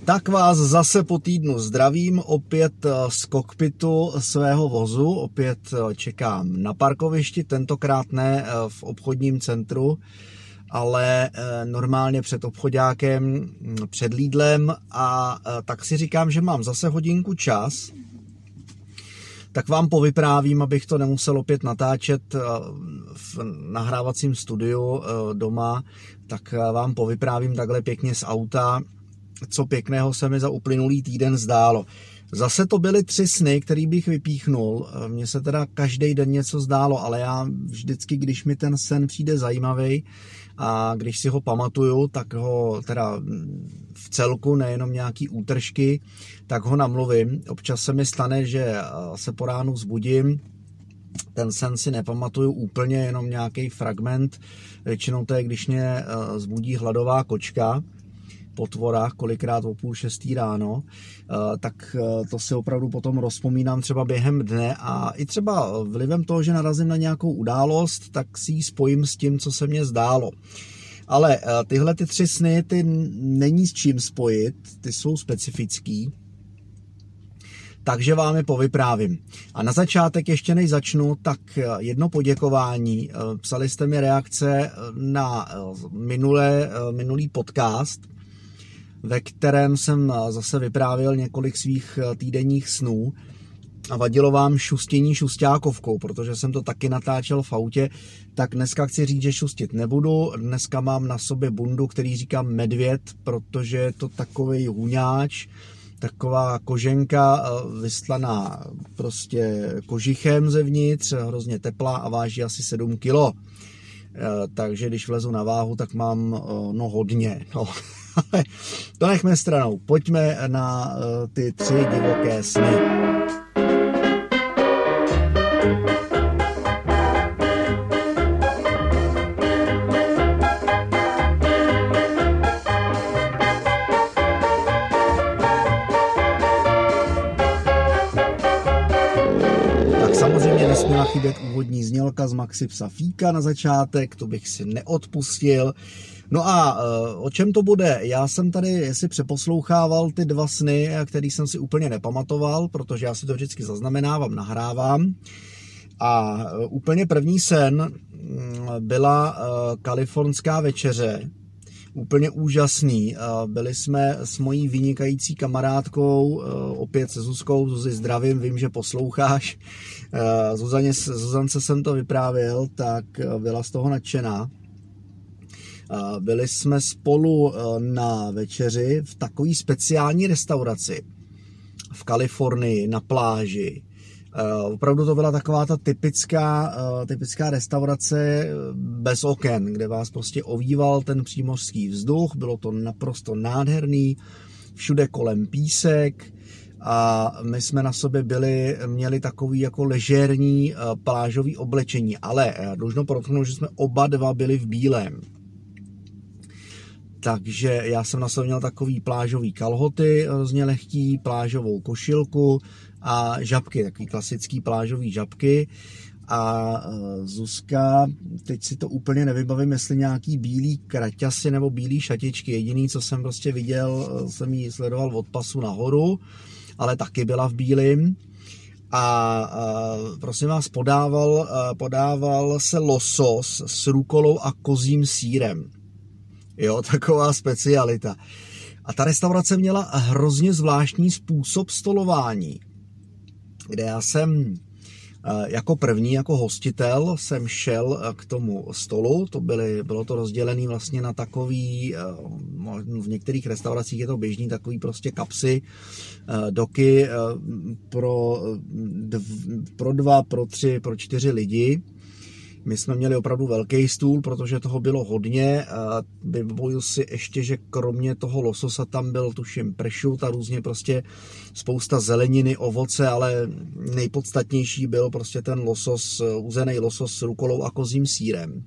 Tak vás zase po týdnu zdravím, opět z kokpitu svého vozu, opět čekám na parkovišti, tentokrát ne v obchodním centru, ale normálně před obchoďákem, před Lidlem a tak si říkám, že mám zase hodinku čas, tak vám povyprávím, abych to nemusel opět natáčet v nahrávacím studiu doma, tak vám povyprávím takhle pěkně z auta, co pěkného se mi za uplynulý týden zdálo. Zase to byly 3 sny, který bych vypíchnul. Mně se teda každý den něco zdálo, ale já vždycky, když mi ten sen přijde zajímavý a když si ho pamatuju, tak ho teda v celku, nejenom nějaký útržky, tak ho namluvím. Občas se mi stane, že se po ránu vzbudím, ten sen si nepamatuju úplně, jenom nějaký fragment. Většinou to je, když mě vzbudí hladová kočka po tvorách, kolikrát o 5:30 ráno, tak to si opravdu potom rozpomínám třeba během dne a i třeba vlivem toho, že narazím na nějakou událost, tak si ji spojím s tím, co se mně zdálo. Ale tyhle 3 sny, ty není s čím spojit, ty jsou specifický, takže vám je povyprávím. A na začátek, ještě než začnu, tak jedno poděkování. Psali jste mi reakce na minulý podcast, ve kterém jsem zase vyprávěl několik svých týdenních snů a vadilo vám šustění šustákovkou, protože jsem to taky natáčel v autě, tak dneska chci říct, že šustit nebudu. Dneska mám na sobě bundu, který říkám medvěd, protože je to takovej huňáč, taková koženka vystlaná prostě kožichem zevnitř, hrozně teplá a váží asi 7 kilo. Takže když vlezu na váhu, tak mám hodně. Ale to nechme stranou. Pojďme na ty 3 divoké sny. Tak samozřejmě nesměla chybět úvodní znělka z Maxi Psa Fíka na začátek, to bych si neodpustil. No a o čem to bude? Já jsem tady si přeposlouchával ty 2 sny, který jsem si úplně nepamatoval, protože já si to vždycky zaznamenávám, nahrávám. A úplně první sen byla kalifornská večeře. Úplně úžasný. Byli jsme s mojí vynikající kamarádkou, opět se Zuzkou. Zuzi, zdravím, vím, že posloucháš. Zuzance jsem to vyprávěl, tak byla z toho nadšená. Byli jsme spolu na večeři v takové speciální restauraci v Kalifornii na pláži. Opravdu to byla taková ta typická restaurace bez oken, kde vás prostě ovýval ten přímořský vzduch, bylo to naprosto nádherný, všude kolem písek a my jsme na sobě měli takový jako ležérní plážový oblečení, ale dlužno podotknout, že jsme oba dva byli v bílém. Takže já jsem na sobě měl takový plážový kalhoty, hrozně lehký, plážovou košilku a žabky, takový klasický plážový žabky. A Zuzka, teď si to úplně nevybavím, jestli nějaký bílý kraťasy nebo bílý šatičky. Jediný, co jsem prostě viděl, jsem ji sledoval od pasu nahoru, ale taky byla v bílém. A prosím vás, podával se losos s rukolou a kozím sýrem. Jo, taková specialita. A ta restaurace měla hrozně zvláštní způsob stolování, kde já jsem jako první, jako hostitel, jsem šel k tomu stolu. Bylo to rozdělené vlastně na takový, v některých restauracích je to běžný, takový prostě kapsy, doky pro 2, pro 3, pro 4 lidi. My jsme měli opravdu velký stůl, protože toho bylo hodně. Vybavuju si ještě, že kromě toho lososa tam byl, tuším, pršut a různě prostě spousta zeleniny, ovoce, ale nejpodstatnější byl prostě ten losos, uzený losos s rukolou a kozím sýrem.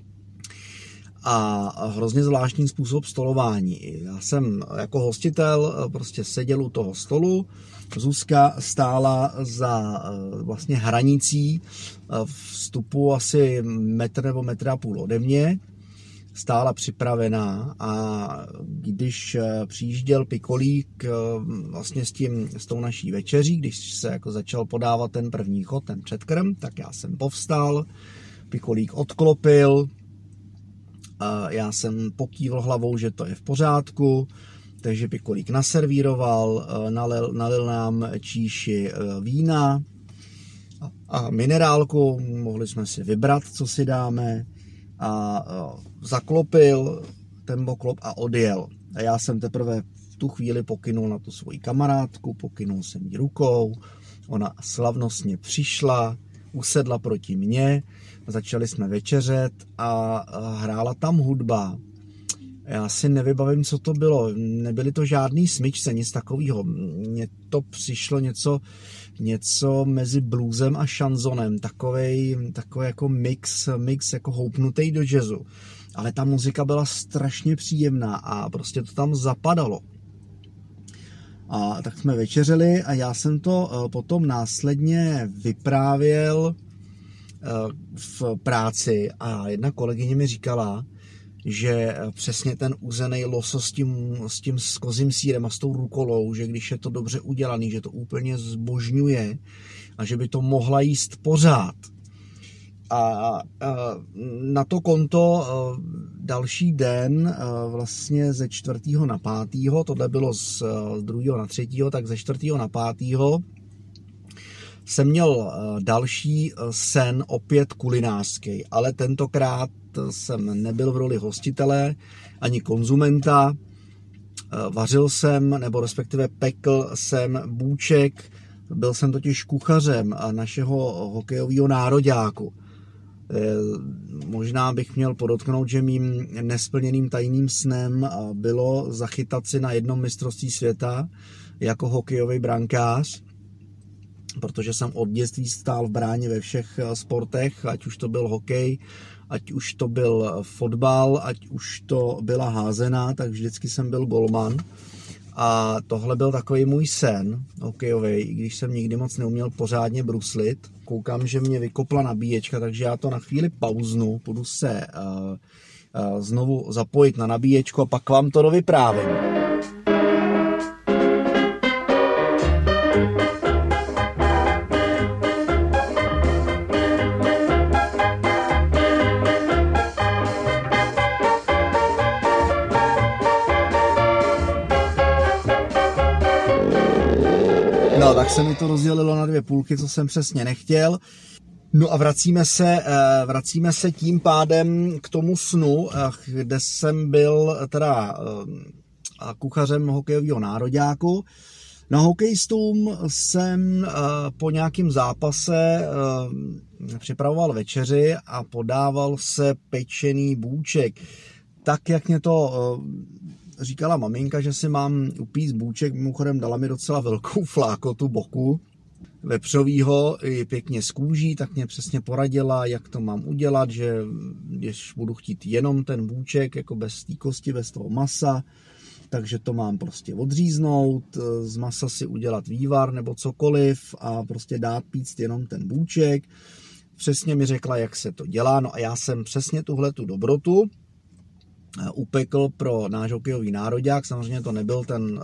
A hrozně zvláštní způsob stolování. Já jsem jako hostitel prostě seděl u toho stolu, Zuzka stála za vlastně hranicí vstupu asi 1 nebo 1,5 metru ode mě. stála připravená a když přijížděl Pikolík vlastně s tou naší večeří, když se jako začal podávat ten první chod, ten předkrm, tak já jsem povstal, Pikolík odklopil, já jsem pokývl hlavou, že to je v pořádku, takže Pikolík naservíroval, nalil nám číši vína a minerálku, mohli jsme si vybrat, co si dáme, a zaklopil ten boklop a odjel. A já jsem teprve v tu chvíli pokynul na tu svoji kamarádku, pokynul jsem jí rukou, ona slavnostně přišla, usedla proti mně, začali jsme večeřet a hrála tam hudba. Já si nevybavím, co to bylo. Nebyly to žádný smyčce, nic takového. Mně to přišlo něco mezi bluesem a šanzonem. Takový jako mix jako houpnutý do jazzu. Ale ta muzika byla strašně příjemná a prostě to tam zapadalo. A tak jsme večeřili a já jsem to potom následně vyprávěl v práci a jedna kolegyně mi říkala, že přesně ten uzený losos s tím kozím sýrem a s tou rukolou, že když je to dobře udělaný, že to úplně zbožňuje a že by to mohla jíst pořád. A na to konto další den, vlastně ze 4. na 5., tohle bylo z 2. na 3., tak ze 4. na 5. jsem měl další sen, opět kulinářský, ale tentokrát jsem nebyl v roli hostitele ani konzumenta. Vařil jsem, nebo respektive pekl jsem bůček, byl jsem totiž kuchařem našeho hokejového nároďáku. Možná bych měl podotknout, že mým nesplněným tajným snem bylo zachytat si na jednom mistrovství světa jako hokejový brankář, protože jsem od dětství stál v bráně ve všech sportech, ať už to byl hokej, ať už to byl fotbal, ať už to byla házená, tak vždycky jsem byl golman. A tohle byl takový můj sen hokejový, i když jsem nikdy moc neuměl pořádně bruslit. Koukám, že mě vykopla nabíječka, takže já to na chvíli pauznu, půjdu se znovu zapojit na nabíječku a pak vám to dovyprávím. No, tak se mi to rozdělilo na 2 půlky, co jsem přesně nechtěl. No a vracíme se tím pádem k tomu snu, kde jsem byl teda kuchařem hokejového nároďáku. Na hokejistům jsem po nějakém zápase připravoval večeři a podával se pečený bůček. Tak, jak mě to říkala maminka, že si mám upít bůček, mimochodem dala mi docela velkou flákotu boku vepřovýho, i pěkně z kůží, tak mě přesně poradila, jak to mám udělat, že když budu chtít jenom ten bůček, jako bez té kosti, bez toho masa, takže to mám prostě odříznout, z masa si udělat vývar nebo cokoliv a prostě dát píct jenom ten bůček. Přesně mi řekla, jak se to dělá, no a já jsem přesně tuhletu dobrotu upekl pro náš hokejový nároďák. Samozřejmě to nebyl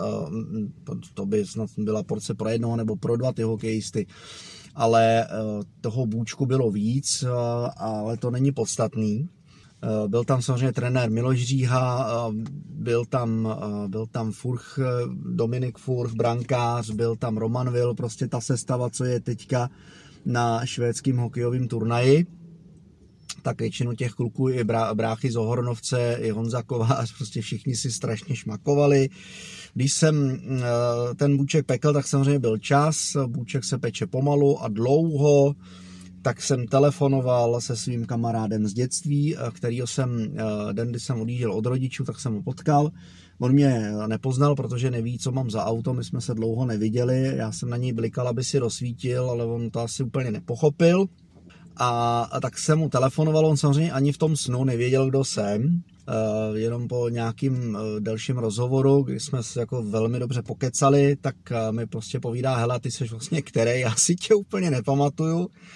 to by snad byla porce pro jednoho nebo pro 2 ty hokejisty, ale toho bůčku bylo víc, ale to není podstatný. Byl tam samozřejmě trenér Miloš Říha, byl tam Furch, Dominik Furch, brankář, byl tam Roman Will, prostě ta sestava, co je teďka na švédském hokejovém turnaji. Tak většinu těch kluků i bráchy z Ohornovce, i Honza Kovář, prostě všichni si strašně šmakovali. Když jsem ten bůček pekl, tak samozřejmě byl čas, bůček se peče pomalu a dlouho, tak jsem telefonoval se svým kamarádem z dětství, kterýho jsem den, kdy jsem odjížděl od rodičů, tak jsem ho potkal. On mě nepoznal, protože neví, co mám za auto, my jsme se dlouho neviděli, já jsem na něj blikal, aby si rozsvítil, ale on to asi úplně nepochopil. A tak jsem mu telefonoval, on samozřejmě ani v tom snu nevěděl, kdo jsem, jenom po nějakým delším rozhovoru, kdy jsme se jako velmi dobře pokecali, tak mi prostě povídá, hele, ty jsi vlastně který, já si tě úplně nepamatuju.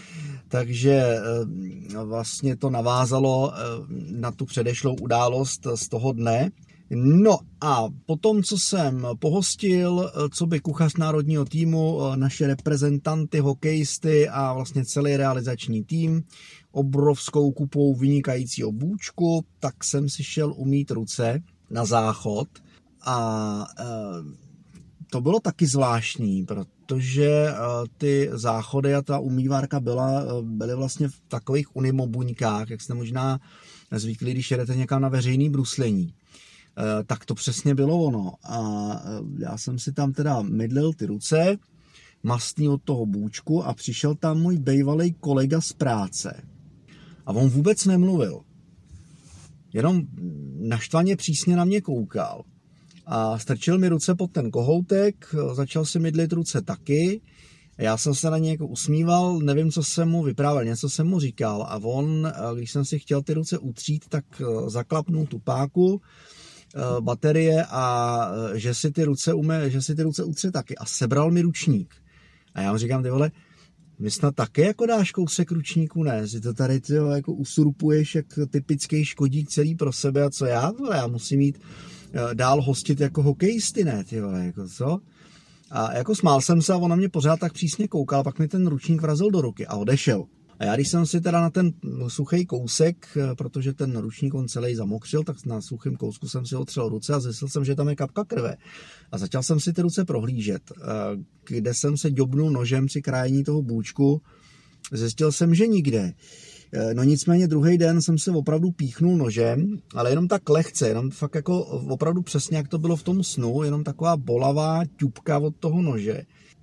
takže vlastně to navázalo na tu předešlou událost z toho dne. No a potom, co jsem pohostil, co by kuchař národního týmu, naše reprezentanty, hokejisty a vlastně celý realizační tým, obrovskou kupou vynikajícího bůčku, tak jsem si šel umýt ruce na záchod a to bylo taky zvláštní, protože ty záchody a ta umývárka byly vlastně v takových unimobuňkách, jak jste možná zvyklí, když jedete někam na veřejný bruslení. Tak to přesně bylo ono. A já jsem si tam teda mydlil ty ruce, mastný od toho bůčku a přišel tam můj bývalý kolega z práce. A on vůbec nemluvil. Jenom naštvaně přísně na mě koukal. A strčil mi ruce pod ten kohoutek, začal si mydlit ruce taky. Já jsem se na něj jako usmíval, nevím, co jsem mu vyprávěl, něco jsem mu říkal. A on, když jsem si chtěl ty ruce utřít, tak zaklapnul tu páku, baterie a že si ty ruce utře taky. A sebral mi ručník. A já mu říkám, ty vole, my snad také jako dáš kousek ručníku, ne? Si to tady jako usurpuješ jak typický škodík celý pro sebe a co já? Já musím jít dál hostit jako hokejisty, ne? Ty vole, jako co? A jako smál jsem se a on na mě pořád tak přísně koukal, pak mi ten ručník vrazil do ruky a odešel. A já když jsem si teda na ten suchý kousek, protože ten ručník on celý zamokřil, tak na suchém kousku jsem si otřel ruce a zjistil jsem, že tam je kapka krve. A začal jsem si ty ruce prohlížet, kde jsem se ďobnul nožem při krájení toho bůčku. Zjistil jsem, že nikde. No nicméně druhý den jsem se opravdu píchnul nožem, ale jenom tak lehce, jenom fakt jako opravdu přesně, jak to bylo v tom snu, jenom taková bolavá ťupka od toho nože.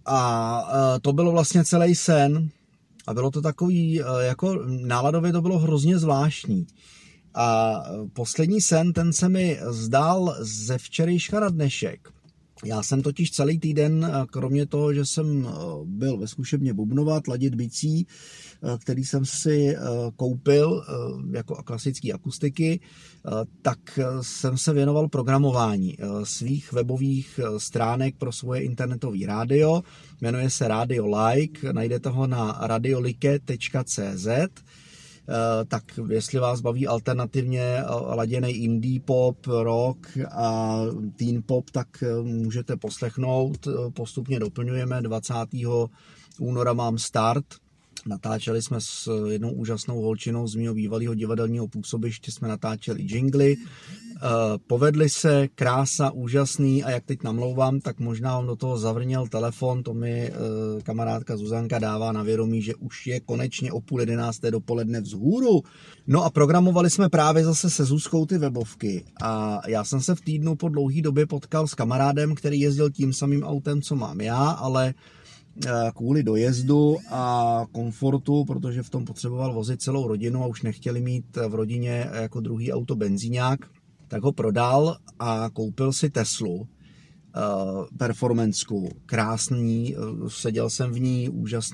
A to bylo vlastně celý sen. A bylo to takový, jako náladově to bylo hrozně zvláštní. A poslední sen, ten se mi zdál ze včerejška na dnešek. Já jsem totiž celý týden, kromě toho, že jsem byl ve zkušebně bubnovat, ladit bicí, který jsem si koupil jako klasický akustiky, tak jsem se věnoval programování svých webových stránek pro svoje internetové rádio. Jmenuje se Radio Like, najdete ho na radiolike.cz. Tak jestli vás baví alternativně laděný indie pop, rock a teen pop, tak můžete poslechnout. Postupně doplňujeme. 20. února mám start. Natáčeli jsme s jednou úžasnou holčinou z mého bývalého divadelního působiště, jsme natáčeli jingly. Povedli se, krása, úžasný a jak teď namlouvám, tak možná on do toho zavrněl telefon, to mi kamarádka Zuzanka dává na vědomí, že už je konečně o 10:30 dopoledne vzhůru. No a programovali jsme právě zase se Zuzkou ty webovky a já jsem se v týdnu po dlouhý době potkal s kamarádem, který jezdil tím samým autem, co mám já, ale kvůli dojezdu a komfortu, protože v tom potřeboval vozit celou rodinu a už nechtěli mít v rodině jako druhý auto benzíňák, tak ho prodal a koupil si Teslu performancku, krásný, seděl jsem v ní,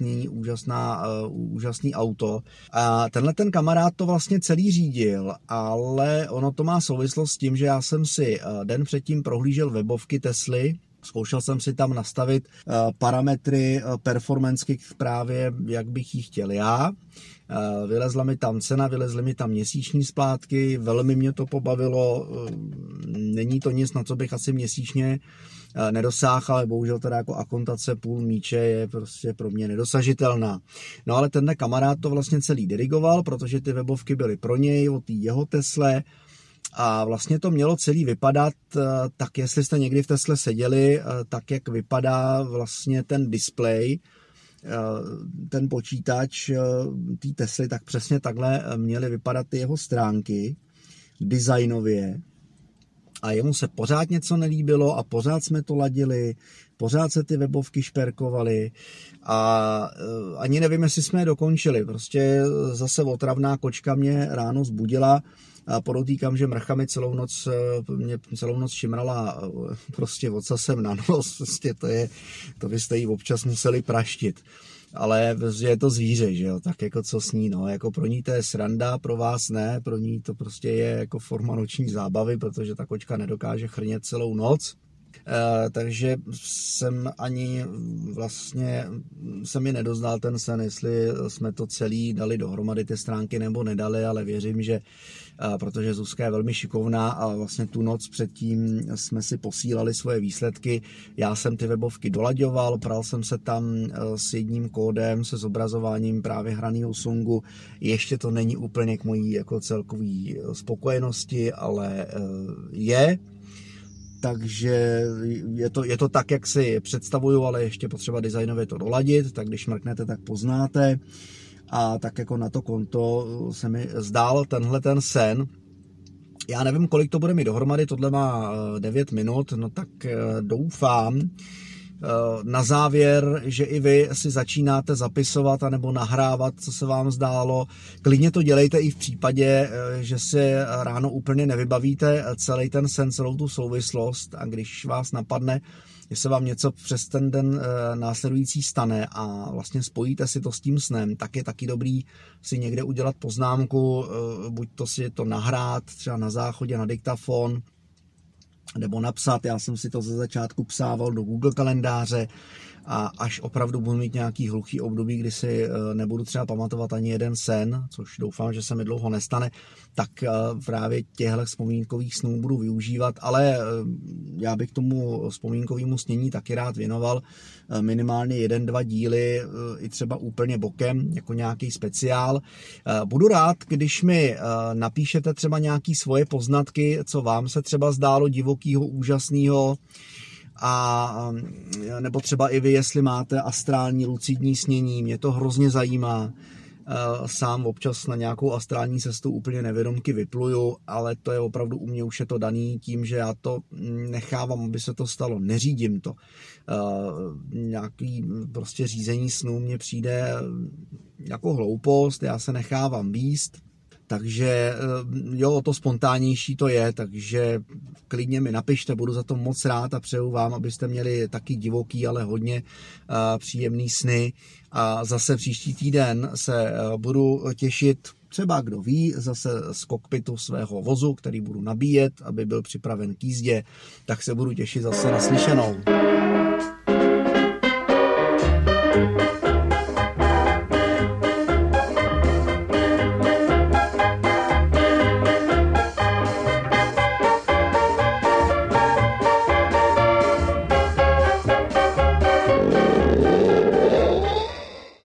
úžasný auto a tenhle ten kamarád to vlastně celý řídil, ale ono to má souvislost s tím, že já jsem si den předtím prohlížel webovky Tesly. Zkoušel jsem si tam nastavit parametry performanceky právě, jak bych ji chtěl já. Vylezla mi tam cena, vylezly mi tam měsíční splátky, velmi mě to pobavilo. Není to nic, na co bych asi měsíčně nedosáhl, ale bohužel teda jako akontace půl míče je prostě pro mě nedosažitelná. No ale tenhle kamarád to vlastně celý dirigoval, protože ty webovky byly pro něj, o té jeho Tesle. A vlastně to mělo celý vypadat tak, jestli jste někdy v Tesle seděli, tak jak vypadá vlastně ten displej, ten počítač té Tesly, tak přesně takhle měly vypadat ty jeho stránky designově. A jemu se pořád něco nelíbilo a pořád jsme to ladili, pořád se ty webovky šperkovaly a ani nevím, jestli jsme je dokončili. Prostě zase otravná kočka mě ráno zbudila a podotýkám, že mrcha mi celou noc šimrala prostě ocasem na nos. Prostě to byste jí občas museli praštit. Ale je to zvíře, že jo, tak jako co s ní, no, jako pro ní to je sranda, pro vás ne, pro ní to prostě je jako forma noční zábavy, protože ta kočka nedokáže chrnět celou noc. Takže jsem ani vlastně se mi nedoznal ten sen, jestli jsme to celý dali dohromady ty stránky nebo nedali, ale věřím, že protože Zuzka je velmi šikovná a vlastně tu noc předtím jsme si posílali svoje výsledky. Já jsem ty webovky dolaďoval, pral jsem se tam s jedním kódem, se zobrazováním právě hraného songu. Ještě to není úplně k mojí jako celkový spokojenosti, ale je. Takže je to tak, jak si představuju, ale ještě potřeba designově to doladit, tak když mrknete, tak poznáte. A tak jako na to konto se mi zdál tenhle ten sen. Já nevím, kolik to bude mi dohromady, tohle má 9 minut, no tak doufám na závěr, že i vy si začínáte zapisovat anebo nahrávat, co se vám zdálo. Klidně to dělejte i v případě, že si ráno úplně nevybavíte celý ten sen, celou tu souvislost a když vás napadne, že se vám něco přes ten den následující stane a vlastně spojíte si to s tím snem, tak je taky dobrý si někde udělat poznámku, buď to si to nahrát třeba na záchodě na diktafon, nebo napsat. Já jsem si to ze začátku psával do Google kalendáře a až opravdu budu mít nějaký hluchý období, kdy si nebudu třeba pamatovat ani jeden sen, což doufám, že se mi dlouho nestane, tak právě těchto vzpomínkových snů budu využívat, ale já bych tomu vzpomínkovému snění taky rád věnoval minimálně 1-2 díly, i třeba úplně bokem, jako nějaký speciál. Budu rád, když mi napíšete třeba nějaký svoje poznatky, co vám se třeba zdálo divokýho, úžasného, a nebo třeba i vy, jestli máte astrální lucidní snění, mě to hrozně zajímá. Sám občas na nějakou astrální cestu úplně nevědomky vypluju, ale to je opravdu u mě už je to daný tím, že já to nechávám, aby se to stalo, neřídím to. Nějaký prostě řízení snů mně přijde jako hloupost, já se nechávám vést. Takže jo, to spontánnější to je, takže klidně mi napište, budu za to moc rád a přeju vám, abyste měli taky divoký, ale hodně příjemný sny. A zase příští týden se budu těšit, třeba kdo ví, zase z kokpitu svého vozu, který budu nabíjet, aby byl připraven k jízdě, tak se budu těšit zase na slyšenou.